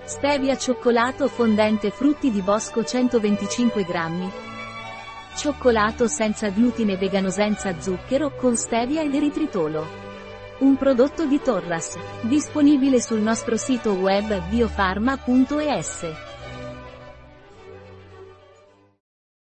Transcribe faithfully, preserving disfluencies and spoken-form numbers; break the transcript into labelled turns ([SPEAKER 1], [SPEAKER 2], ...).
[SPEAKER 1] Stevia cioccolato fondente frutti di bosco centoventicinque grammi. Cioccolato senza glutine vegano senza zucchero con stevia ed eritritolo. Un prodotto di Torras, disponibile sul nostro sito web biofarma punto es.